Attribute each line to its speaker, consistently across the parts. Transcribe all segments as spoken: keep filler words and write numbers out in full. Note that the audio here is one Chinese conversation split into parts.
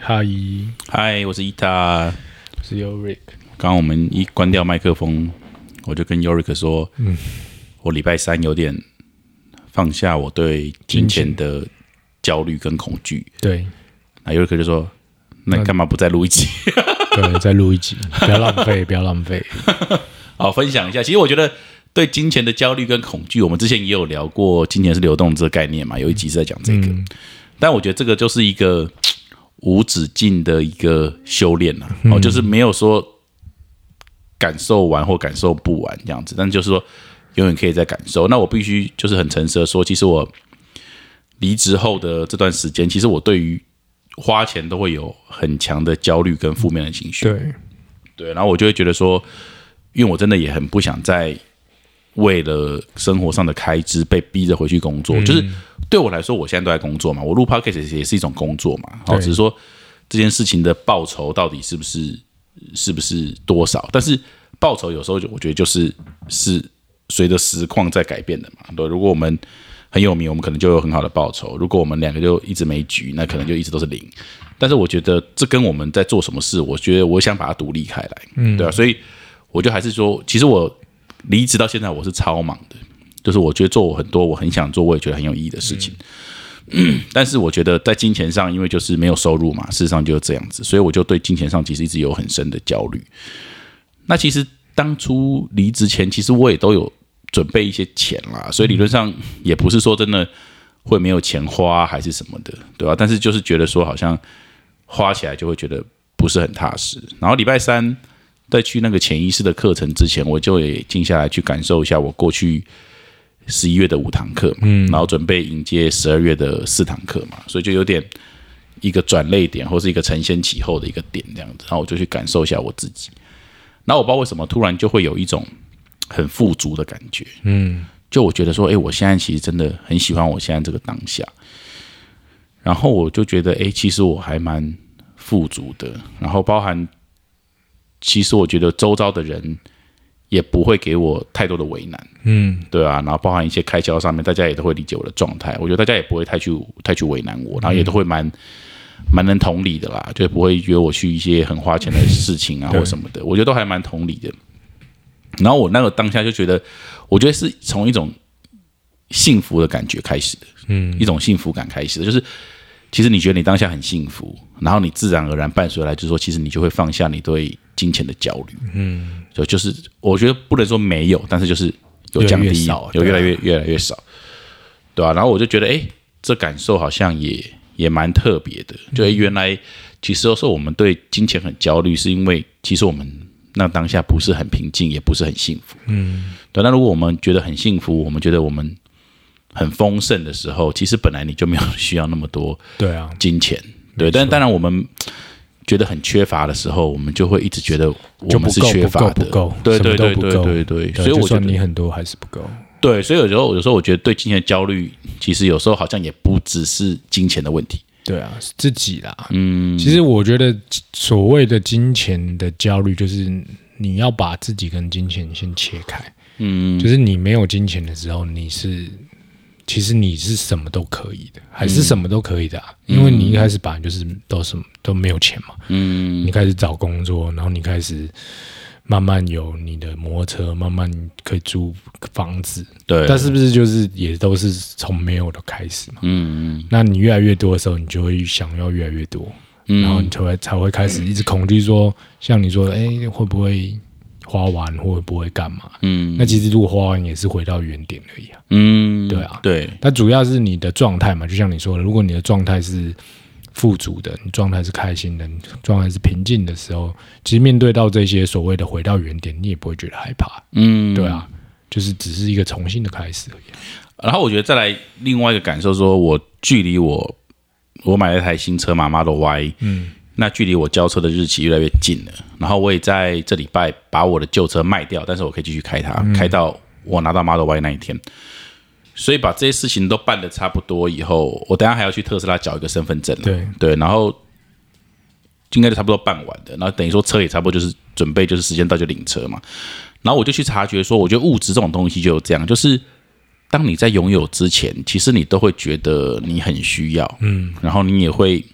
Speaker 1: 嗨，
Speaker 2: 嗨，我是伊塔，
Speaker 1: 我是 Yorick。
Speaker 2: 刚刚我们一关掉麦克风，我就跟 Yorick 说，嗯，我礼拜三有点放下我对金钱的焦虑跟恐惧。
Speaker 1: 对，
Speaker 2: 那 Yorick 就说，那你干嘛不再录一集？
Speaker 1: 对，再录一集，不要浪费，不要浪费。
Speaker 2: 好，分享一下。其实我觉得对金钱的焦虑跟恐惧，我们之前也有聊过，金钱是流动这个概念嘛，有一集是在讲这个。嗯、但我觉得这个就是一个无止境的一个修炼啊，嗯、哦，就是没有说感受完或感受不完这样子，但就是说永远可以再感受。那我必须就是很诚实的说，其实我离职后的这段时间，其实我对于花钱都会有很强的焦虑跟负面的情绪。
Speaker 1: 对，
Speaker 2: 对，然后我就会觉得说，因为我真的也很不想再为了生活上的开支被逼着回去工作，嗯、就是对我来说，我现在都在工作嘛，我录 podcast 也是一种工作嘛，哦，只是说这件事情的报酬到底是不是是不是多少？但是报酬有时候我觉得就是是随着实况在改变的嘛。对，如果我们很有名，我们可能就有很好的报酬；如果我们两个就一直没局，那可能就一直都是零。但是我觉得这跟我们在做什么事，我觉得我想把它独立开来，嗯，对啊，所以我就还是说，其实我离职到现在我是超忙的，就是我觉得做我很多我很想做，我也觉得很有意义的事情。嗯、但是我觉得在金钱上，因为就是没有收入嘛，事实上就是这样子，所以我就对金钱上其实一直有很深的焦虑。那其实当初离职前，其实我也都有准备一些钱啦，所以理论上也不是说真的会没有钱花还是什么的，对吧？但是就是觉得说好像花起来就会觉得不是很踏实。然后礼拜三在去那个潜意识的课程之前，我就也静下来去感受一下我过去十一月的五堂课，嗯，然后准备迎接十二月的四堂课嘛，所以就有点一个转捩点，或是一个承先启后的一个点这样子。然后我就去感受一下我自己，然后我不知道为什么突然就会有一种很富足的感觉，嗯，就我觉得说，哎，我现在其实真的很喜欢我现在这个当下，然后我就觉得，哎，其实我还蛮富足的，然后包含。其实我觉得周遭的人也不会给我太多的为难，嗯，对啊，然后包含一些开销上面，大家也都会理解我的状态，我觉得大家也不会太去太去为难我，然后也都会蛮蛮能同理的啦，就不会约我去一些很花钱的事情啊或什么的，我觉得都还蛮同理的。然后我那个当下就觉得，我觉得是从一种幸福的感觉开始的，嗯，一种幸福感开始的，就是其实你觉得你当下很幸福，然后你自然而然伴随来就是说，其实你就会放下你对金钱的焦虑，嗯，就就是我觉得不能说没有，但是就是有降低，越越少有越来越、啊、越来越少，对吧、啊？然后我就觉得，哎，这感受好像也也蛮特别的，就、欸、原来其实有时候我们对金钱很焦虑，是因为其实我们那当下不是很平静，也不是很幸福，嗯，对。那如果我们觉得很幸福，我们觉得我们很丰盛的时候，其实本来你就没有需要那么多对啊金钱，对。但当然我们觉得很缺乏的时候，我们就会一直觉得我们是缺乏的，
Speaker 1: 不够，
Speaker 2: 对对对对对对。所以我觉得
Speaker 1: 你很多还是不够。
Speaker 2: 对，所以有时候有时候我觉得对金钱的焦虑，其实有时候好像也不只是金钱的问题。
Speaker 1: 对啊，是自己啦。嗯，其实我觉得所谓的金钱的焦虑，就是你要把自己跟金钱先切开。嗯，就是你没有金钱的时候，你是。其实你是什么都可以的，还是什么都可以的、啊嗯、因为你一开始本来就是都什么都没有钱嘛，嗯，你开始找工作，然后你开始慢慢有你的摩托车，慢慢可以租房子，对，但是不是就是也都是从没有的开始嘛，嗯嗯，那你越来越多的时候，你就会想要越来越多，嗯、然后你才会才会开始一直恐惧说，像你说的，哎，会不会？花完会不会干嘛？嗯，那其实如果花完也是回到原点而已啊。嗯，对啊，
Speaker 2: 对。
Speaker 1: 但主要是你的状态嘛，就像你说的，如果你的状态是富足的，你状态是开心的，你状态是平静的时候，其实面对到这些所谓的回到原点，你也不会觉得害怕。嗯，对啊，就是只是一个重新的开始而已。
Speaker 2: 然后我觉得再来另外一个感受，说我距离我我买了一台新车嘛 ，Model Y， 嗯。那距离我交车的日期越来越近了，然后我也在这礼拜把我的旧车卖掉，但是我可以继续开它，嗯、开到我拿到 Model Y 那一天。所以把这些事情都办得差不多以后，我等一下还要去特斯拉缴一个身份证了，对对，然后应该就差不多办完的，然后等于说车也差不多就是准备就是时间到就领车嘛。然后我就去察觉说，我觉得物质这种东西就有这样，就是当你在拥有之前，其实你都会觉得你很需要，嗯，然后你也会。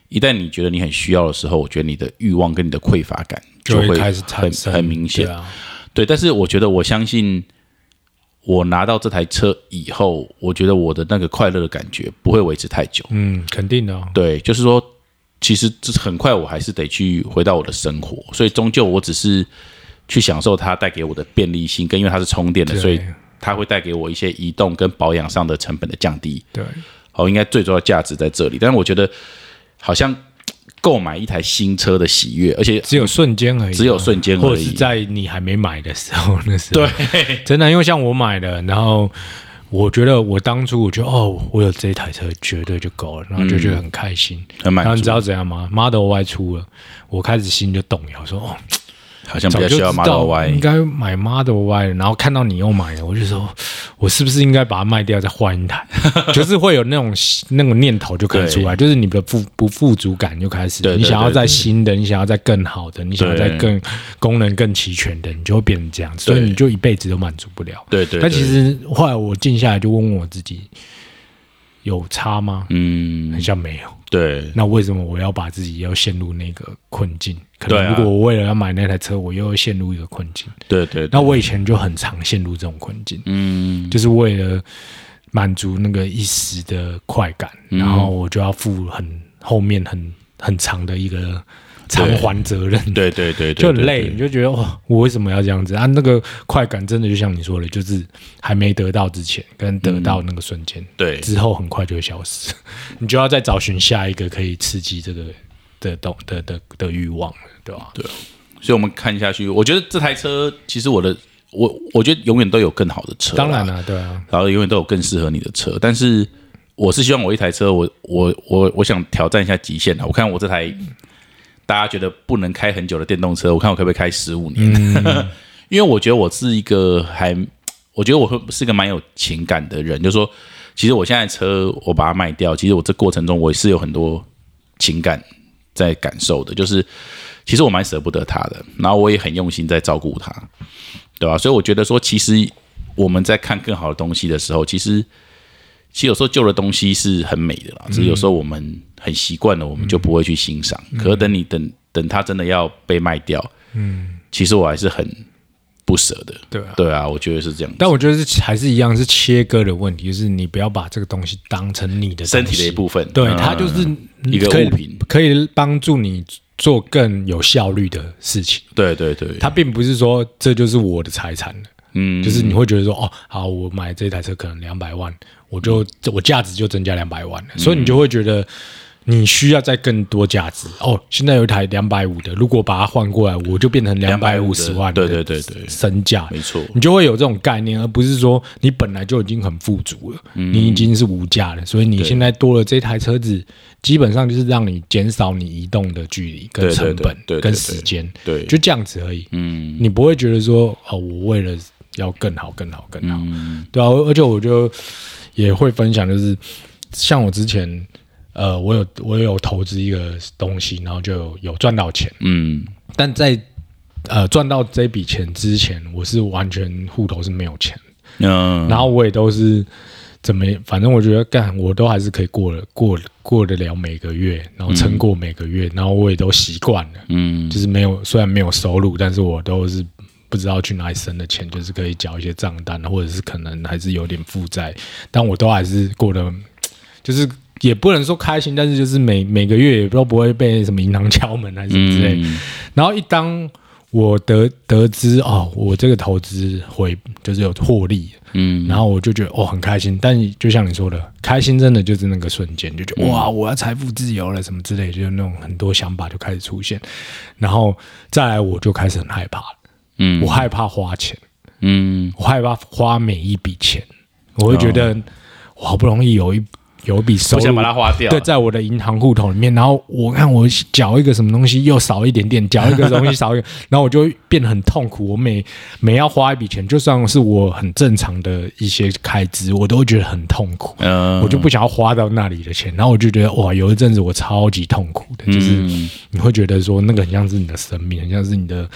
Speaker 2: 一旦你觉得你很需要的时候，我觉得你的欲望跟你的匮乏感就会
Speaker 1: 开始产生，
Speaker 2: 很很明显。
Speaker 1: 对啊，
Speaker 2: 对，但是我觉得我相信，我拿到这台车以后，我觉得我的那个快乐的感觉不会维持太久。
Speaker 1: 嗯，肯定的、哦。
Speaker 2: 对，就是说，其实很快我还是得去回到我的生活，所以终究我只是去享受它带给我的便利性，跟因为它是充电的，所以它会带给我一些移动跟保养上的成本的降低。
Speaker 1: 对，
Speaker 2: 好，应该最重要的价值在这里。但是我觉得，好像购买一台新车的喜悦，而且
Speaker 1: 只有瞬间而已，
Speaker 2: 只有瞬间而已，
Speaker 1: 或者是在你还没买的时候，那时候
Speaker 2: 对，
Speaker 1: 真的，因为像我买的，然后我觉得我当初我觉得哦，我有这台车绝对就够了，然后就觉得很开心，
Speaker 2: 嗯、很满足。
Speaker 1: 然后你知道怎样吗 ？Model Y 出了，我开始心就动摇，说哦。
Speaker 2: 好像比较需要 Model Y，
Speaker 1: 应该买 Model Y， 然后看到你又买了，我就说，我是不是应该把它卖掉再换一台？就是会有那种那个念头就开始出来，就是你的不不富足感就开始，
Speaker 2: 对对对对，
Speaker 1: 你想要在新的，你想要在更好的，你想要在更功能更齐全的，你就会变成这样，所以你就一辈子都满足不了。
Speaker 2: 对 对, 对。
Speaker 1: 但其实后来我静下来就问问我自己，有差吗？嗯，好像没有。
Speaker 2: 对，
Speaker 1: 那为什么我要把自己要陷入那个困境？可能如果我为了要买那台车，我又要陷入一个困境。
Speaker 2: 对 对, 对。
Speaker 1: 那我以前就很常陷入这种困境，嗯，就是为了满足那个一时的快感，嗯、然后我就要负很后面很很长的一个偿还责任。
Speaker 2: 对对 对, 对, 对, 对，
Speaker 1: 就很累，你就觉得哇，我为什么要这样子啊？那个快感真的就像你说的，就是还没得到之前跟得到那个瞬间，嗯、
Speaker 2: 对，
Speaker 1: 之后很快就会消失，你就要再找寻下一个可以刺激这个的的的的的欲望了，对吧？
Speaker 2: 对，所以我们看下去，我觉得这台车其实我的我我觉得永远都有更好的车，
Speaker 1: 当然了，对啊，
Speaker 2: 然后永远都有更适合你的车，但是我是希望我一台车，我我我我想挑战一下极限的，我看我这台。大家觉得不能开很久的电动车，我看我可不可以开十五年？嗯、因为我觉得我是一个还，我觉得我是一个蛮有情感的人，就是说，其实我现在车我把它卖掉，其实我这过程中我是有很多情感在感受的，就是其实我蛮舍不得它的，然后我也很用心在照顾它，对吧？所以我觉得说，其实我们在看更好的东西的时候，其实。其实有时候旧的东西是很美的啦，只是有时候我们很习惯了，我们就不会去欣赏。嗯、可是等你等等它真的要被卖掉，嗯，其实我还是很不舍的。对啊，对啊，我觉得是这样。
Speaker 1: 但我觉得是还是一样是切割的问题，就是你不要把这个东西当成你的
Speaker 2: 身体的一部分，
Speaker 1: 对，它就是
Speaker 2: 一个物品，
Speaker 1: 可以帮助你做更有效率的事情。
Speaker 2: 对对对，
Speaker 1: 它并不是说这就是我的财产了。嗯，就是你会觉得说，哦，好，我买这台车可能两百万，我就我价值就增加两百万了，嗯、所以你就会觉得你需要再更多价值。哦，现在有一台两百五的，如果把它换过来，我就变成两百五十万，
Speaker 2: 对对对对，
Speaker 1: 身价
Speaker 2: 没错，
Speaker 1: 你就会有这种概念，而不是说你本来就已经很富足了，嗯、你已经是无价了，所以你现在多了这台车子，基本上就是让你减少你移动的距离跟成本跟时间，对，就这样子而已。嗯，你不会觉得说，哦，我为了要更好、更好、更好，嗯、对啊，而且我就也会分享，就是像我之前，呃，我有我有投资一个东西，然后就有有赚到钱，嗯，但在呃赚到这笔钱之前，我是完全户头是没有钱，嗯，然后我也都是怎么，反正我觉得干，我都还是可以过了过过得了每个月，然后撑过每个月，嗯、然后我也都习惯了，嗯，就是没有虽然没有收入，但是我都是。不知道去哪里生的钱，就是可以缴一些账单，或者是可能还是有点负债，但我都还是过得，就是也不能说开心，但是就是每每个月也都不会被什么银行敲门还是什么之类。嗯、然后一当我得得知哦，我这个投资回就是有获利，嗯，然后我就觉得哦很开心。但就像你说的，开心真的就是那个瞬间，就觉得哇，我要财富自由了什么之类的，就那种很多想法就开始出现，然后再来我就开始很害怕了。嗯，我害怕花钱，嗯，我害怕花每一笔钱，我会觉得我好不容易有一有一笔收入，
Speaker 2: 我想把它花掉，
Speaker 1: 对，在我的银行户头里面，然后我看我缴一个什么东西又少一点点，缴一个东西少一个，然后我就变得很痛苦。我每每要花一笔钱，就算是我很正常的一些开支，我都会觉得很痛苦，嗯，我就不想要花到那里的钱，然后我就觉得哇，有一阵子我超级痛苦的，就是你会觉得说那个很像是你的生命，很像是你的。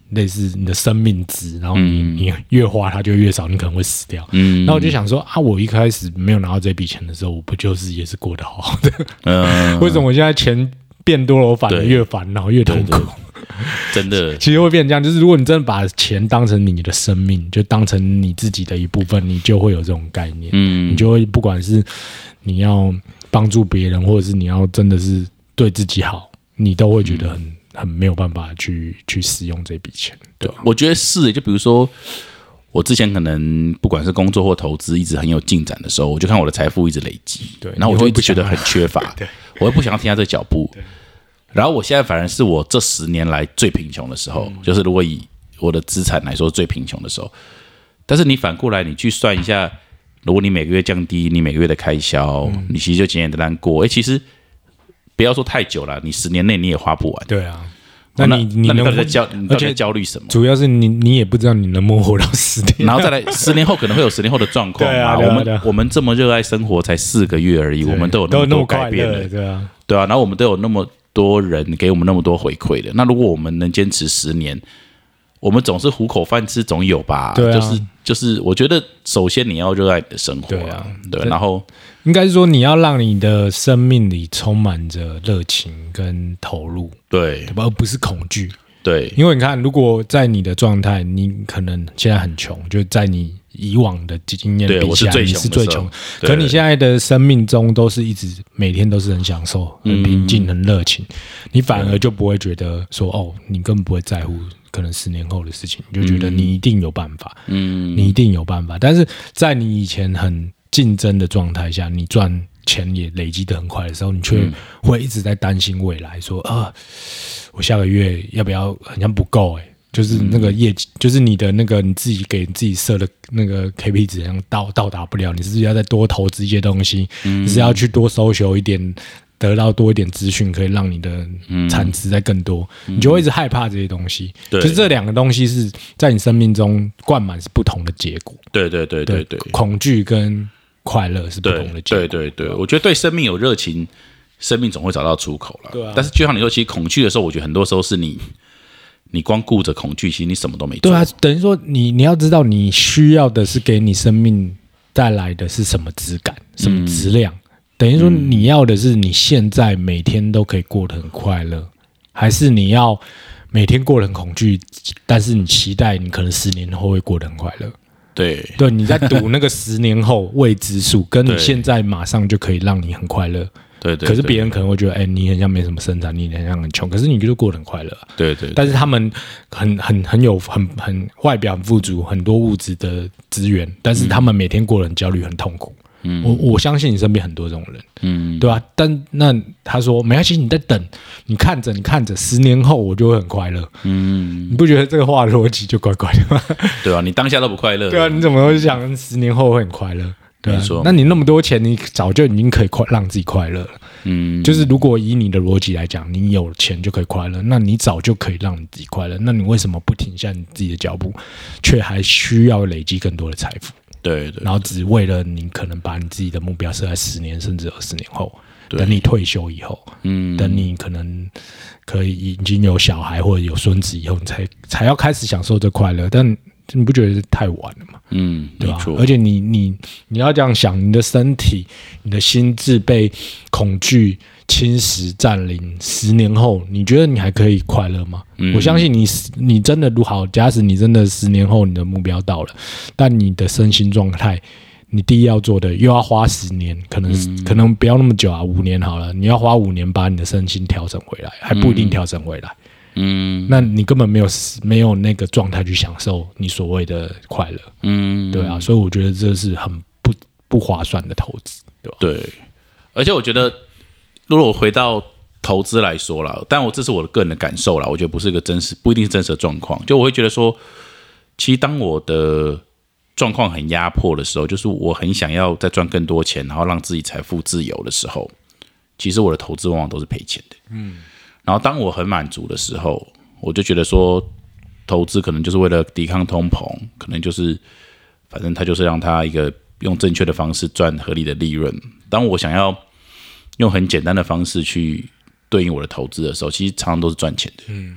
Speaker 1: 类似你的生命值，然后你、嗯、你越花它就越少，你可能会死掉。嗯，然后我就想说啊，我一开始没有拿到这笔钱的时候，我不就是也是过得好好的？嗯，为什么我现在钱变多了，我反而越烦恼越痛苦？对对对
Speaker 2: 真的，
Speaker 1: 其实会变这样，就是如果你真的把钱当成你的生命，就当成你自己的一部分，你就会有这种概念。嗯，你就会不管是你要帮助别人，或者是你要真的是对自己好，你都会觉得很、嗯、很没有办法去去使用这笔钱。对，
Speaker 2: 我觉得是，就比如说我之前可能不管是工作或投资一直很有进展的时候，我就看我的财富一直累积，对，然后我就一直觉得很缺乏，对，我会不想要停下这个脚步。然后我现在反而是我这十年来最贫穷的时候，嗯、就是如果以我的资产来说最贫穷的时候。但是你反过来你去算一下，如果你每个月降低你每个月的开销，嗯、你其实就简简单单过。哎，其实不要说太久了，你十年内你也花不完。
Speaker 1: 对啊，那你、哦、
Speaker 2: 你那你到底在焦，你到底在焦虑什么？
Speaker 1: 主要是你你也不知道你能不能活到十年，
Speaker 2: 然后再来十年后可能会有十年后的状况嘛。
Speaker 1: 对啊，
Speaker 2: 我们我们这么热爱生活，才四个月而已，我们都有那么多改变了，
Speaker 1: 对啊，
Speaker 2: 对啊，然后我们都有那么多人给我们那么多回馈的，那如果我们能坚持十年，我们总是糊口饭吃，总有吧？
Speaker 1: 对啊，
Speaker 2: 就是就是，我觉得首先你要热爱你的生活，对啊，对，然后
Speaker 1: 应该是说你要让你的生命里充满着热情跟投入，
Speaker 2: 对，
Speaker 1: 对吧？而不是恐惧。
Speaker 2: 对，
Speaker 1: 因为你看，如果在你的状态，你可能现在很穷，就在你以往的经验比起来，你是最穷。可你现在的生命中都是一直每天都是很享受、很平静、很热情，你反而就不会觉得说哦，你根本不会在乎可能十年后的事情，你就觉得你一定有办法，嗯，你一定有办法。但是在你以前很竞争的状态下，你赚钱也累积得很快的时候，你却会一直在担心未来，说啊，我下个月要不要好像不够哎、欸，就是那个业绩，就是你的那个你自己给自己设的那个 K P I 值好像到到达不了，你是不是要再多投资一些东西？嗯、你是要去多搜求一点，得到多一点资讯，可以让你的产值再更多，嗯、你就会一直害怕这些东西。对，就是这两个东西是在你生命中灌满是不同的结果。
Speaker 2: 对对对对 对, 对，
Speaker 1: 恐惧跟快乐是不同的结果。
Speaker 2: 对对 对, 对，我觉得对生命有热情，生命总会找到出口了。对啊。但是就像你说，其实恐惧的时候，我觉得很多时候是你，你光顾着恐惧，其实你什么都没做。
Speaker 1: 对啊，等于说你你要知道，你需要的是给你生命带来的是什么质感、什么质量。嗯、等于说你要的是你现在每天都可以过得很快乐，还是你要每天过得很恐惧，但是你期待你可能十年后会过得很快乐？
Speaker 2: 对
Speaker 1: 对，你在赌那个十年后未知数，跟你现在马上就可以让你很快乐。
Speaker 2: 对 对, 对。
Speaker 1: 可是别人可能会觉得，哎、欸，你很像没什么生产力，你很像很穷，可是你就过得很快乐。
Speaker 2: 对 对, 对。
Speaker 1: 但是他们很很很有很很外表很富足，很多物质的资源，但是他们每天过得很焦虑、很痛苦。嗯，我我相信你身边很多这种人，嗯，对吧、啊？但那他说没关系，你在等，你看着，你看着，十年后我就会很快乐。嗯，你不觉得这个话逻辑就怪怪的吗？
Speaker 2: 对啊，你当下都不快乐，
Speaker 1: 对啊，你怎么会想十年后会很快乐？对啊，那你那么多钱，你早就已经可以快让自己快乐了。嗯，就是如果以你的逻辑来讲，你有钱就可以快乐，那你早就可以让你自己快乐。那你为什么不停下你自己的脚步，却还需要累积更多的财富？
Speaker 2: 对 对, 对，
Speaker 1: 然后只为了你可能把你自己的目标设在十年甚至二十年后，等你退休以后，嗯，等你可能可以已经有小孩或者有孙子以后，你才才要开始享受这快乐，但你不觉得太晚了吗？嗯，对吧？而且你你你要这样想，你的身体、你的心智被恐惧侵蚀占领，十年后你觉得你还可以快乐吗？嗯、我相信你，你真的如好，假使你真的十年后你的目标到了，但你的身心状态，你第一要做的又要花十年，可能、嗯、可能不要那么久啊，五年好了，你要花五年把你的身心调整回来，还不一定调整回来。嗯，那你根本没有没有那个状态去享受你所谓的快乐。嗯，对啊，所以我觉得这是很不不划算的投资，对吧？
Speaker 2: 对，而且我觉得。如果我回到投资来说啦，但我这是我的个人的感受啦，我觉得不是一个真实，不一定是真实的状况。就我会觉得说，其实当我的状况很压迫的时候，就是我很想要再赚更多钱，然后让自己财富自由的时候，其实我的投资往往都是赔钱的。嗯，然后当我很满足的时候，我就觉得说，投资可能就是为了抵抗通膨，可能就是反正它就是让它一个用正确的方式赚合理的利润。当我想要用很简单的方式去对应我的投资的时候，其实常常都是赚钱的。嗯，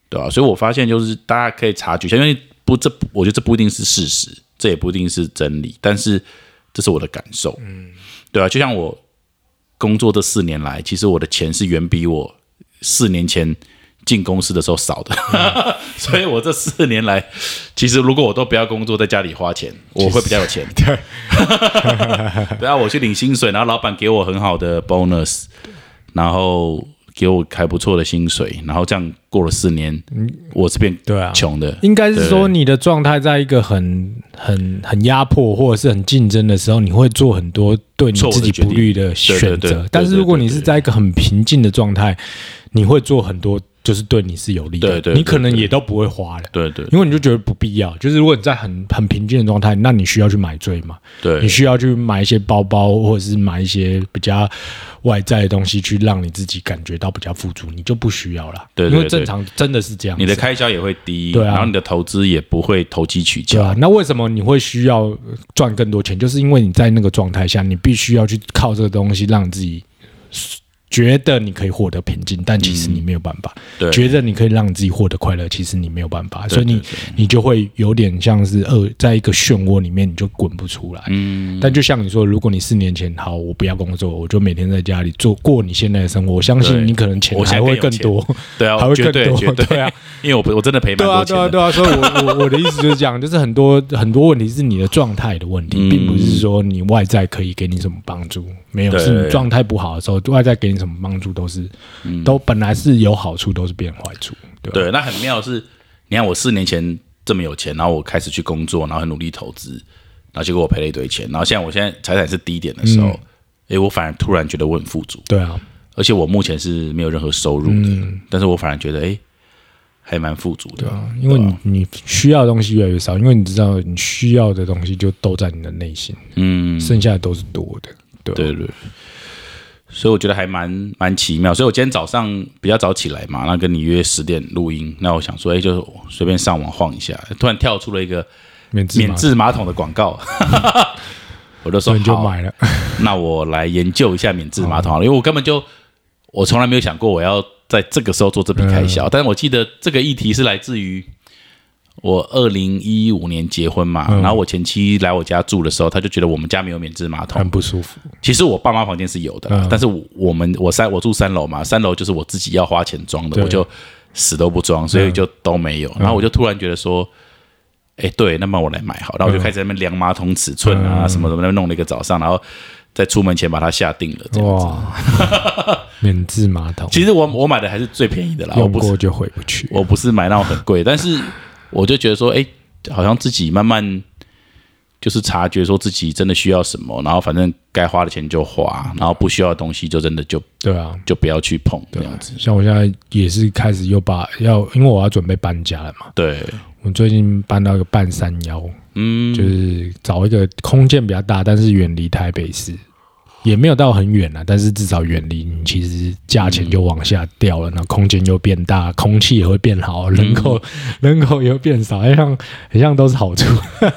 Speaker 2: 对吧、啊？所以我发现就是大家可以察觉一下，因为不这我觉得这不一定是事实，这也不一定是真理，但是这是我的感受，嗯，对啊，就像我工作这四年来，其实我的钱是远比我四年前进公司的时候少的，嗯、所以我这四年来，其实如果我都不要工作，在家里花钱，我会比较有钱。对，对啊，我去领薪水，然后老板给我很好的 bonus， 然后给我还不错的薪水，然后这样过了四年，嗯、我是变穷的。
Speaker 1: 啊、应该是说你的状态在一个很很很压迫或者是很竞争的时候，你会做很多对你自己不利的选择。但是如果你是在一个很平静的状态，你会做很多。就是对你是有利的，
Speaker 2: 对对对对，
Speaker 1: 你可能也都不会花了，
Speaker 2: 对 对, 对，
Speaker 1: 因为你就觉得不必要。就是如果你在很很平静的状态，那你需要去买醉嘛？
Speaker 2: 对，
Speaker 1: 你需要去买一些包包，或者是买一些比较外在的东西，去让你自己感觉到比较富足，你就不需要了。
Speaker 2: 对, 对, 对，
Speaker 1: 因为正常真的是这样，
Speaker 2: 你的开销也会低，
Speaker 1: 对啊，
Speaker 2: 然后你的投资也不会投机取巧。
Speaker 1: 对啊，那为什么你会需要赚更多钱？就是因为你在那个状态下，你必须要去靠这个东西让自己。觉得你可以获得平静，但其实你没有办法。
Speaker 2: 嗯、
Speaker 1: 觉得你可以让你自己获得快乐，其实你没有办法。所以你你就会有点像是呃，在一个漩涡里面，你就滚不出来。嗯。但就像你说，如果你四年前好，我不要工作，我就每天在家里做过你现在的生活，我相信你可能钱还会更多。
Speaker 2: 对啊，
Speaker 1: 还会更多。
Speaker 2: 对,
Speaker 1: 对啊，
Speaker 2: 因为我我真的赔蛮多钱的。
Speaker 1: 对啊，对啊，对啊。所以我我我的意思就是这样，就是很多很多问题是你的状态的问题，嗯、并不是说你外在可以给你什么帮助，没有，是你状态不好的时候，外在给你什么帮助都是。嗯、都本来是有好处，都是变坏处，对吧？
Speaker 2: 对，那很妙的是，你看我四年前这么有钱，然后我开始去工作，然后很努力投资，然后结果我赔了一堆钱，然后现在我现在财产是低点的时候，哎、嗯欸，我反而突然觉得我很富足，
Speaker 1: 对啊，
Speaker 2: 而且我目前是没有任何收入的，嗯、但是我反而觉得哎、欸，还蛮富足的，
Speaker 1: 对啊，因为你、啊、你需要的东西越来越少，因为你知道你需要的东西就都在你的内心，嗯，剩下的都是多的，对、啊、
Speaker 2: 对对。所以我觉得还蛮蛮奇妙，所以我今天早上比较早起来嘛，那跟你约十点录音，那我想说，哎、欸，就随便上网晃一下，突然跳出了一个免治马桶的广告，我就说
Speaker 1: 你就买了，
Speaker 2: 那我来研究一下免治马桶好了，因为我根本就我从来没有想过我要在这个时候做这笔开销，嗯、但是我记得这个议题是来自于。我二零一五年结婚嘛，嗯、然后我前妻来我家住的时候，他就觉得我们家没有免治马桶，
Speaker 1: 很不舒服。
Speaker 2: 其实我爸妈房间是有的，嗯、但是我们我三我住三楼嘛，三楼就是我自己要花钱装的，我就死都不装，所以就都没有。嗯、然后我就突然觉得说，哎、欸，对，那么我来买好，然后我就开始在那边量马桶尺寸啊，嗯、什么什么，弄了一个早上，然后在出门前把它下定了，这样子。
Speaker 1: 哇免治马桶，
Speaker 2: 其实我我买的还是最便宜的啦，
Speaker 1: 用过就回不去。
Speaker 2: 我不是买那种很贵，但是。我就觉得说，哎、欸，好像自己慢慢就是察觉说自己真的需要什么，然后反正该花的钱就花，然后不需要的东西就真的就
Speaker 1: 对啊，
Speaker 2: 就不要去碰这样子。
Speaker 1: 像我现在也是开始又把要，因为我要准备搬家了嘛。
Speaker 2: 对，
Speaker 1: 我最近搬到一个半山腰，嗯，就是找一个空间比较大，但是远离台北市。也没有到很远啦，但是至少远离你，其实价钱就往下掉了，那、嗯、空间又变大，空气也会变好，人口、嗯、人口也会变少，好像好像都是好处。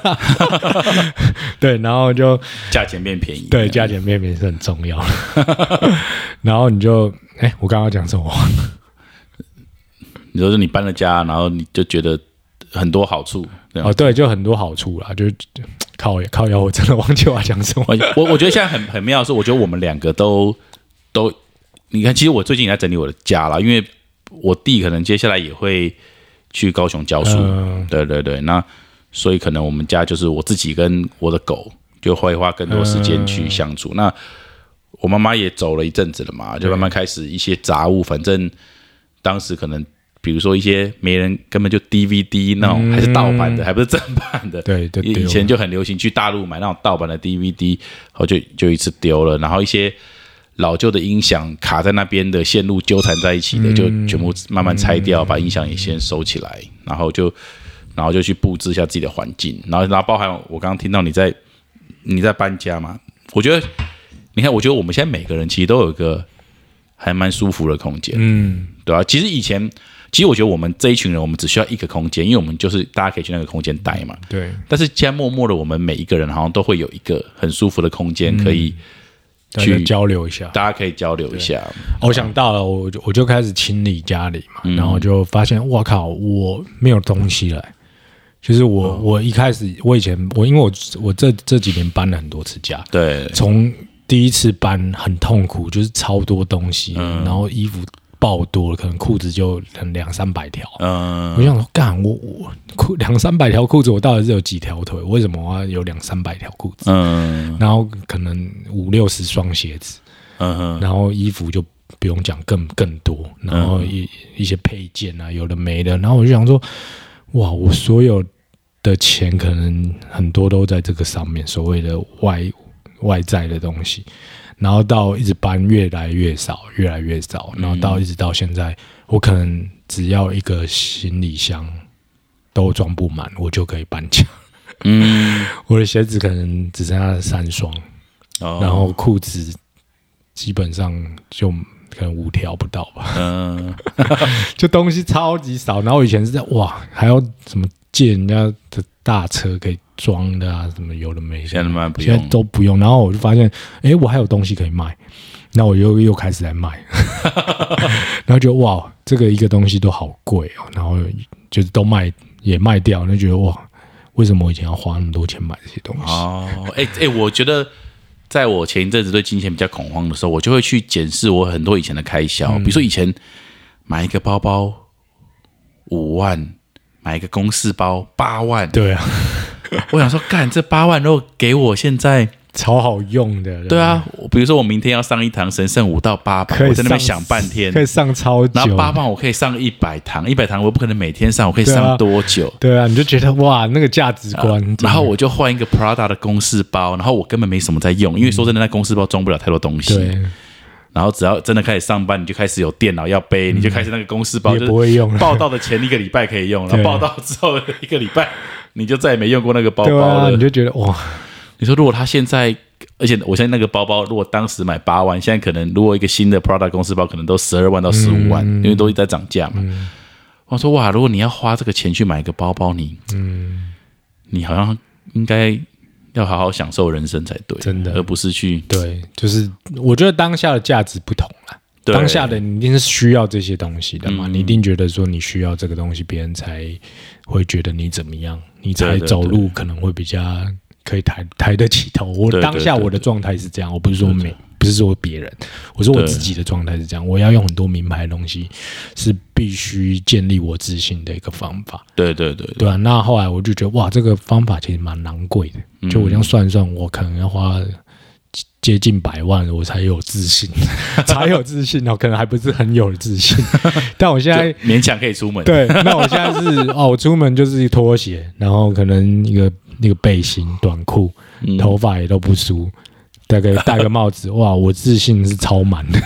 Speaker 1: 对，然后就
Speaker 2: 价钱变便宜，
Speaker 1: 对，价钱变便宜是很重要的。然后你就，哎、欸，我刚刚讲什么？
Speaker 2: 你说你搬了家，然后你就觉得很多好处。
Speaker 1: 哦，对，就很多好处啦，就。靠靠腰，我真的忘记我要讲什么。
Speaker 2: 我我觉得现在很很妙的是，我觉得我们两个都都，你看，其实我最近也在整理我的家啦，因为我弟可能接下来也会去高雄教书，嗯、对对对，那所以可能我们家就是我自己跟我的狗就会花更多时间去相处。嗯、那我妈妈也走了一阵子了嘛，就慢慢开始一些杂物，反正当时可能。比如说一些没人根本就 D V D 那种，嗯、还是盗版的，还不是正版的。
Speaker 1: 对对，
Speaker 2: 以前就很流行去大陆买那种盗版的 D V D， 然后就就一次丢了。然后一些老旧的音响卡在那边的线路纠缠在一起的，嗯、就全部慢慢拆掉，嗯、把音响也先收起来，然后就然后就去布置一下自己的环境。然后然后包含我刚刚听到你在你在搬家嘛，我觉得你看，我觉得我们现在每个人其实都有一个还蛮舒服的空间，嗯，对吧、啊？其实以前。其实我觉得我们这一群人，我们只需要一个空间，因为我们就是大家可以去那个空间待嘛。
Speaker 1: 对。
Speaker 2: 但是现在默默的，我们每一个人好像都会有一个很舒服的空间，可以去
Speaker 1: 交流一下，
Speaker 2: 大家可以交流一下。
Speaker 1: 我想到了，我就我就开始清理家里嘛，嗯、然后就发现，哇靠，我没有东西了。就是我，哦、我一开始，我以前我因为我我这这几年搬了很多次家，
Speaker 2: 对，
Speaker 1: 从第一次搬很痛苦，就是超多东西，嗯、然后衣服爆多了，可能裤子就可能两三百条。嗯，我想说，干我我裤两三百条裤子，我到底是有几条腿？为什么我要有两三百条裤子？嗯，然后可能五六十双鞋子，嗯，然后衣服就不用讲更更多，然后一、嗯、一些配件啊，有的没的，然后我就想说，哇，我所有的钱可能很多都在这个上面，所谓的外外在的东西。然后到一直搬越来越少，越来越少，然后到一直到现在，我可能只要一个行李箱都装不满，我就可以搬家。嗯，我的鞋子可能只剩下三双，哦、然后裤子基本上就可能五条不到吧。嗯，就东西超级少。然后我以前是在哇，还要什么借人家的大车可以装的啊，什么有的没的，
Speaker 2: 现在不用，
Speaker 1: 现在都不用。然后我就发现，哎，我还有东西可以卖，那我又又开始来卖，然后觉得哇，这个一个东西都好贵哦，然后就是都卖也卖掉，就觉得哇，为什么我以前要花那么多钱买这些东西？
Speaker 2: 哦，哎哎，我觉得在我前一阵子对金钱比较恐慌的时候，我就会去检视我很多以前的开销，嗯、比如说以前买一个包包五万。买一个公事包八万，
Speaker 1: 对啊，
Speaker 2: 我想说，干这八万如果给我现在
Speaker 1: 超好用的，
Speaker 2: 对啊，比如说我明天要上一堂神圣五到八班，我在那边想半天，
Speaker 1: 可以上超久，
Speaker 2: 然后八班我可以上一百堂，一百堂我不可能每天上，我可以上多久？
Speaker 1: 对啊，对啊，你就觉得哇，那个价值观、啊，
Speaker 2: 然后我就换一个 Prada 的公事包，然后我根本没什么在用，因为说真的，那公事包装不了太多东西。对。然后只要真的开始上班，你就开始有电脑要背，嗯、你就开始那个公事包，
Speaker 1: 也不会用了。
Speaker 2: 报到的前一个礼拜可以用，然后报到之后的一个礼拜，你就再也没用过那个包包了。
Speaker 1: 啊、你就觉得哇，
Speaker 2: 你说如果他现在，而且我现在那个包包，如果当时买八万，现在可能如果一个新的 Prada 公事包，可能都十二万到十五万，嗯、因为都一直在涨价嘛。嗯、我说哇，如果你要花这个钱去买一个包包，你，嗯、你好像应该。要好好享受人生才对，
Speaker 1: 真的，
Speaker 2: 而不是去
Speaker 1: 对，就是我觉得当下的价值不同啦。当下的你一定是需要这些东西的嘛，嗯、你一定觉得说你需要这个东西，别人才会觉得你怎么样，你才走路可能会比较可以抬抬得起头。我当下我的状态是这样，我不是说没，不是说别人，我说我自己的状态是这样。我要用很多名牌的东西，是必须建立我自信的一个方法。
Speaker 2: 对对对，
Speaker 1: 对啊。那后来我就觉得哇，这个方法其实蛮昂贵的。就我这样算一算，我可能要花接近百万，我才有自信，才有自信哦，可能还不是很有自信，但我现在
Speaker 2: 勉强可以出门。
Speaker 1: 对，那我现在是哦，我出门就是拖鞋，然后可能一个一个背心、短裤，嗯、头发也都不梳，戴个戴个帽子，哇，我自信是超满的。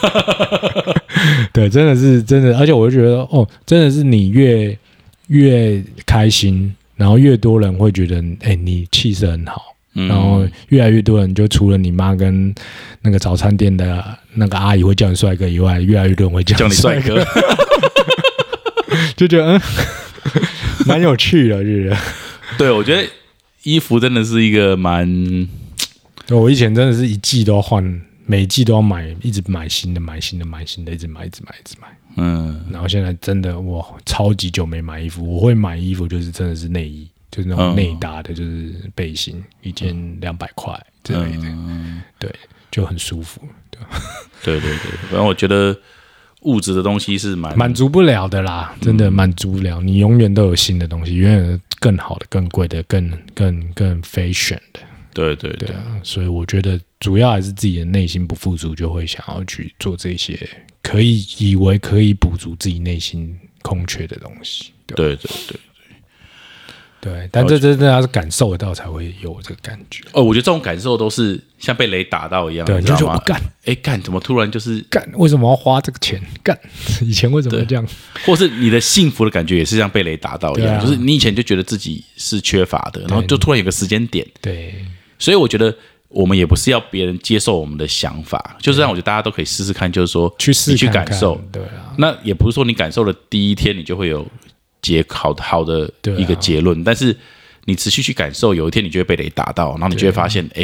Speaker 1: 对，真的是真的，而且我就觉得哦，真的是你越越开心。然后越多人会觉得，哎、欸，你气色很好，嗯、然后越来越多人就除了你妈跟那个早餐店的那个阿姨会叫你帅哥以外，越来越多人会叫
Speaker 2: 你帅哥，
Speaker 1: 就觉得嗯，蛮有趣的，是不是？
Speaker 2: 对，我觉得衣服真的是一个蛮……
Speaker 1: 我以前真的是一季都要换，每一季都要买，一直买新的，买新的，买新的，一直买，一直买，一直买。嗯，然后现在真的我超级久没买衣服，我会买衣服就是真的是内衣，就是那种内搭的，就是背心，一件两百块之类的，嗯、对，就很舒服。对，
Speaker 2: 对对对，反正我觉得物质的东西是蛮
Speaker 1: 满足不了的啦，真的满足不了。你永远都有新的东西，永远有更好的、更贵的、更更更 fashion 的。
Speaker 2: 对对 对, 对
Speaker 1: 啊，所以我觉得主要还是自己的内心不富足，就会想要去做这些可以以为可以补足自己内心空缺的东西。对
Speaker 2: 对对对
Speaker 1: 对，但这真的要是感受得到才会有这个感觉。
Speaker 2: 哦，我觉得这种感受都是像被雷打到一样，
Speaker 1: 对，
Speaker 2: 你知道吗？
Speaker 1: 就觉得干，
Speaker 2: 哎干，怎么突然就是
Speaker 1: 干？为什么要花这个钱？干，以前为什么会这样？
Speaker 2: 或是你的幸福的感觉也是像被雷打到一样，啊、就是你以前就觉得自己是缺乏的，然后就突然有个时间点，
Speaker 1: 对。
Speaker 2: 所以我觉得我们也不是要别人接受我们的想法，就是让我觉得大家都可以试试看，就是说
Speaker 1: 去试
Speaker 2: 你去感受，
Speaker 1: 对啊。
Speaker 2: 那也不是说你感受的第一天你就会有结好好的一个结论，啊、但是你持续去感受，有一天你就会被雷打到，然后你就会发现，哎，